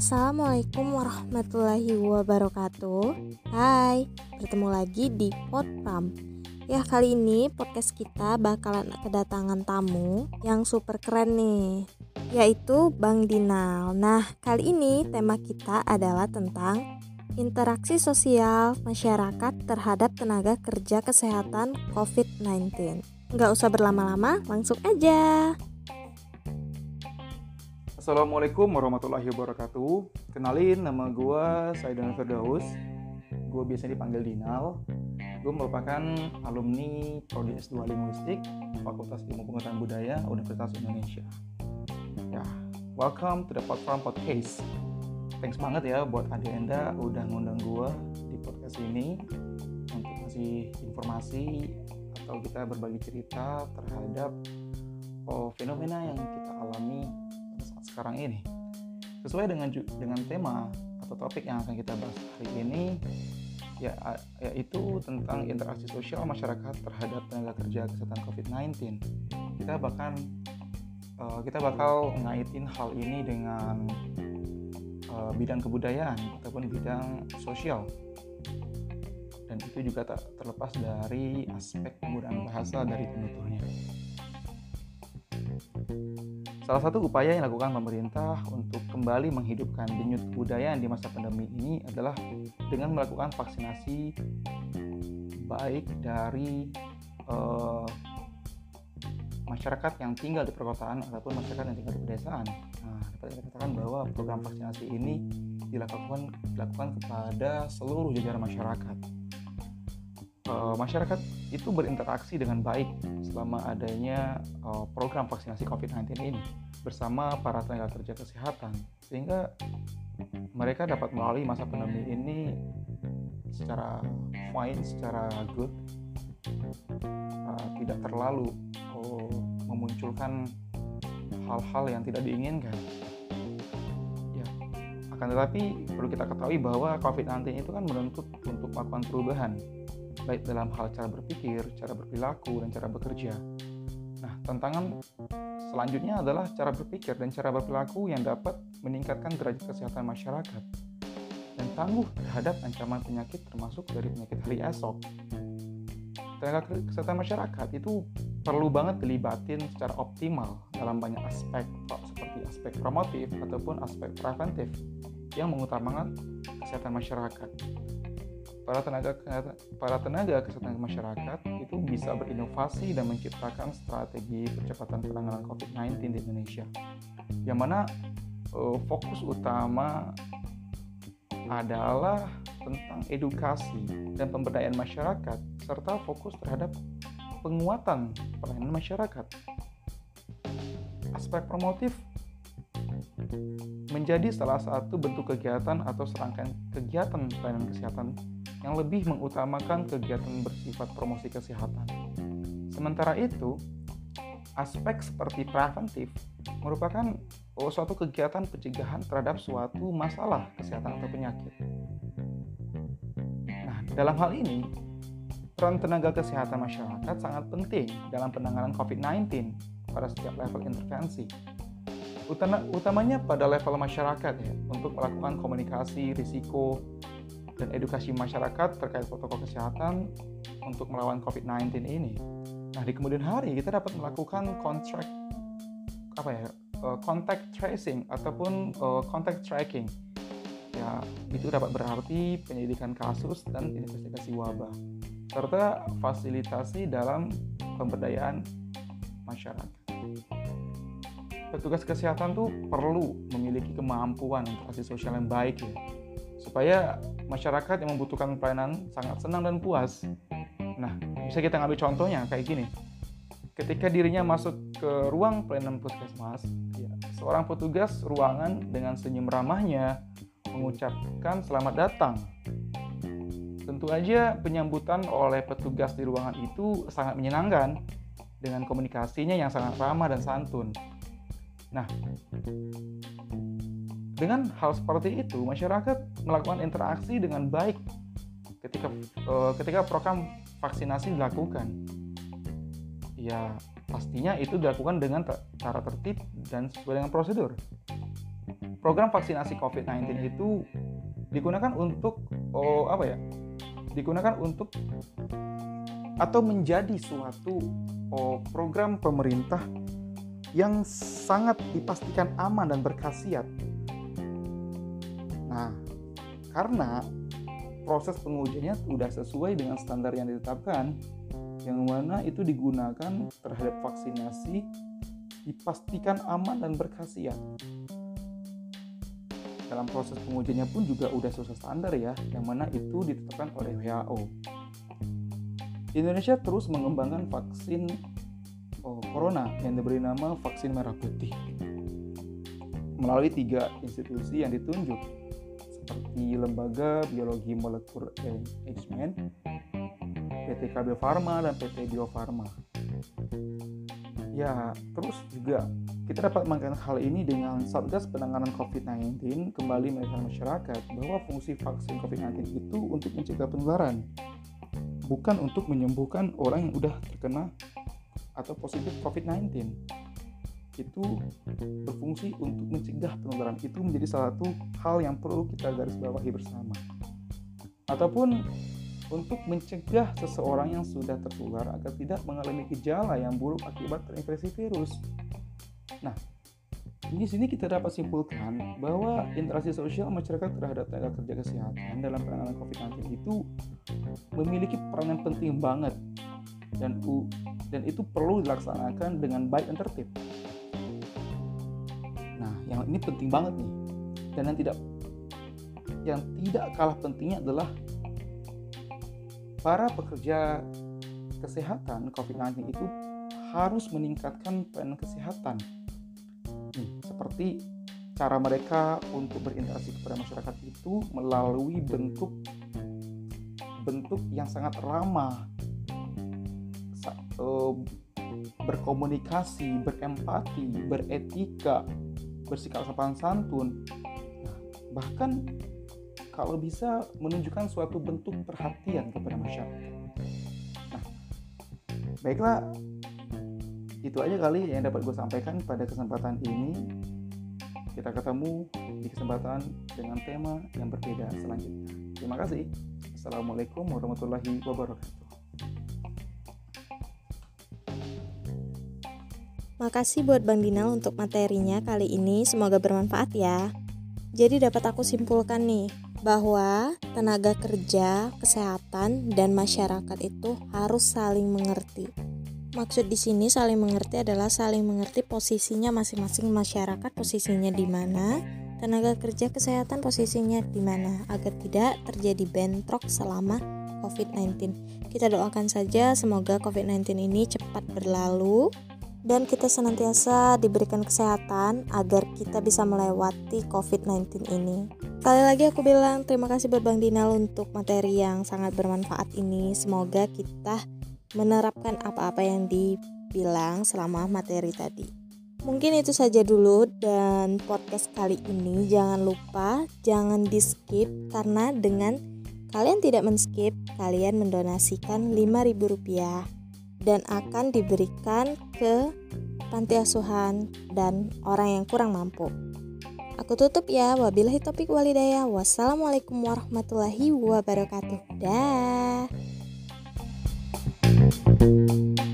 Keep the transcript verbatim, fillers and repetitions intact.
Assalamualaikum warahmatullahi wabarakatuh. Hai, bertemu lagi di Podpram. Ya, kali ini podcast kita bakalan kedatangan tamu yang super keren nih, yaitu Bang Dinal. Nah, kali ini tema kita adalah tentang interaksi sosial masyarakat terhadap tenaga kerja kesehatan covid sembilan belas. Nggak usah berlama-lama, langsung aja. Assalamualaikum warahmatullahi wabarakatuh. Kenalin, nama gue Saidan Firdaus. Gue biasanya dipanggil Dinal. Gue merupakan alumni Prodi S dua Linguistik Fakultas Ilmu Pengetahuan Budaya Universitas Indonesia. Ya, welcome to the Podpram Podcast. Thanks banget ya buat Ade Enda udah ngundang gue di podcast ini untuk ngasih informasi atau kita berbagi cerita terhadap oh, fenomena yang kita alami sekarang ini. Sesuai dengan dengan tema atau topik yang akan kita bahas hari ini, ya yaitu tentang interaksi sosial masyarakat terhadap tenaga kerja kesehatan covid sembilan belas. Kita bahkan uh, kita bakal ngaitin hal ini dengan uh, bidang kebudayaan ataupun bidang sosial. Dan itu juga tak terlepas dari aspek penggunaan bahasa dari penuturnya. Salah satu upaya yang dilakukan pemerintah untuk kembali menghidupkan denyut kebudayaan di masa pandemi ini adalah dengan melakukan vaksinasi baik dari uh, masyarakat yang tinggal di perkotaan ataupun masyarakat yang tinggal di pedesaan. Nah, dapat dikatakan bahwa program vaksinasi ini dilakukan dilakukan kepada seluruh jajaran masyarakat. Uh, masyarakat itu berinteraksi dengan baik selama adanya uh, program vaksinasi covid sembilan belas ini bersama para tenaga kerja kesehatan, sehingga mereka dapat melalui masa pandemi ini secara fine, secara good, uh, tidak terlalu uh, memunculkan hal-hal yang tidak diinginkan. Ya, akan tetapi perlu kita ketahui bahwa covid sembilan belas itu kan menuntut untuk melakukan perubahan baik dalam hal cara berpikir, cara berperilaku, dan cara bekerja. Nah, tantangan selanjutnya adalah cara berpikir dan cara berperilaku yang dapat meningkatkan derajat kesehatan masyarakat dan tangguh terhadap ancaman penyakit termasuk dari penyakit hari esok. Tenaga kesehatan masyarakat itu perlu banget dilibatin secara optimal dalam banyak aspek, seperti aspek promotif ataupun aspek preventif yang mengutamakan kesehatan masyarakat. Para tenaga para tenaga kesehatan masyarakat itu bisa berinovasi dan menciptakan strategi percepatan penanganan covid sembilan belas di Indonesia, yang mana uh, fokus utama adalah tentang edukasi dan pemberdayaan masyarakat serta fokus terhadap penguatan pelayanan masyarakat. Aspek promotif menjadi salah satu bentuk kegiatan atau serangkaian kegiatan pelayanan kesehatan yang lebih mengutamakan kegiatan bersifat promosi kesehatan. Sementara itu, aspek seperti preventif merupakan oh, suatu kegiatan pencegahan terhadap suatu masalah kesehatan atau penyakit. Nah, dalam hal ini, peran tenaga kesehatan masyarakat sangat penting dalam penanganan covid sembilan belas pada setiap level intervensi. Utama, utamanya pada level masyarakat ya, untuk melakukan komunikasi risiko dan edukasi masyarakat terkait protokol kesehatan untuk melawan covid sembilan belas ini. Nah, di kemudian hari kita dapat melakukan contract apa ya, uh, contact tracing ataupun uh, contact tracking. Ya, itu dapat berarti penyelidikan kasus dan investigasi wabah serta fasilitasi dalam pemberdayaan masyarakat. Petugas kesehatan tuh perlu memiliki kemampuan interaksi sosial yang baik ya, supaya masyarakat yang membutuhkan pelayanan sangat senang dan puas. Nah, bisa kita ngambil contohnya kayak gini. Ketika dirinya masuk ke ruang pelayanan puskesmas, ya, seorang petugas ruangan dengan senyum ramahnya mengucapkan selamat datang. Tentu aja penyambutan oleh petugas di ruangan itu sangat menyenangkan dengan komunikasinya yang sangat ramah dan santun. Nah, dengan hal seperti itu, masyarakat melakukan interaksi dengan baik ketika uh, ketika program vaksinasi dilakukan. Ya, pastinya itu dilakukan dengan t- cara tertib dan sesuai dengan prosedur. program vaksinasi covid sembilan belas itu digunakan untuk oh apa ya? Digunakan untuk atau menjadi suatu oh, program pemerintah yang sangat dipastikan aman dan berkhasiat. Nah, karena proses pengujiannya sudah sesuai dengan standar yang ditetapkan, yang mana itu digunakan terhadap vaksinasi dipastikan aman dan berkhasiat. Dalam proses pengujiannya pun juga udah sesuai standar ya, yang mana itu ditetapkan oleh W H O. Indonesia terus mengembangkan vaksin oh, corona yang diberi nama vaksin merah putih melalui tiga institusi yang ditunjuk seperti Lembaga Biologi Molekuler Eijkman, P T K Bio Farma, dan P T Bio Farma. Ya, terus juga kita dapat mengaitkan hal ini dengan Satgas Penanganan covid sembilan belas kembali mengingatkan masyarakat bahwa fungsi vaksin covid sembilan belas itu untuk mencegah penularan, bukan untuk menyembuhkan orang yang udah terkena atau positif covid sembilan belas. Itu berfungsi untuk mencegah penularan. Itu menjadi salah satu hal yang perlu kita garis bawahi bersama. Ataupun untuk mencegah seseorang yang sudah tertular agar tidak mengalami gejala yang buruk akibat terinfeksi virus. Nah, di sini kita dapat simpulkan bahwa interaksi sosial masyarakat terhadap tenaga kerja kesehatan dalam penanganan covid sembilan belas itu memiliki peranan penting banget dan dan itu perlu dilaksanakan dengan baik dan tertib. Nah, yang ini penting banget nih. Dan yang tidak yang tidak kalah pentingnya adalah para pekerja kesehatan covid sembilan belas itu harus meningkatkan pelayanan kesehatan. Nih, seperti cara mereka untuk berinteraksi kepada masyarakat itu melalui bentuk bentuk yang sangat ramah, berkomunikasi, berempati, beretika, bersikap sopan santun, bahkan kalau bisa menunjukkan suatu bentuk perhatian kepada masyarakat. Nah, baiklah, itu aja kali yang dapat gue sampaikan pada kesempatan ini. Kita ketemu di kesempatan dengan tema yang berbeda selanjutnya. Terima kasih. Assalamualaikum warahmatullahi wabarakatuh. Makasih buat Bang Dinal untuk materinya kali ini, semoga bermanfaat ya. Jadi dapat aku simpulkan nih, bahwa tenaga kerja, kesehatan, dan masyarakat itu harus saling mengerti. Maksud di sini saling mengerti adalah saling mengerti posisinya masing-masing masyarakat, posisinya di mana, tenaga kerja kesehatan posisinya di mana, agar tidak terjadi bentrok selama covid sembilan belas. Kita doakan saja semoga covid sembilan belas ini cepat berlalu dan kita senantiasa diberikan kesehatan agar kita bisa melewati covid sembilan belas ini. Sekali lagi aku bilang terima kasih buat Bang Dinal untuk materi yang sangat bermanfaat ini. Semoga kita menerapkan apa-apa yang dibilang selama materi tadi. Mungkin itu saja dulu dan podcast kali ini. Jangan lupa, jangan di skip, karena dengan kalian tidak men-skip, kalian mendonasikan lima ribu rupiah dan akan diberikan ke panti asuhan dan orang yang kurang mampu. Aku tutup ya. Wabillahi taufiq walhidayah. Wassalamualaikum warahmatullahi wabarakatuh. Dah.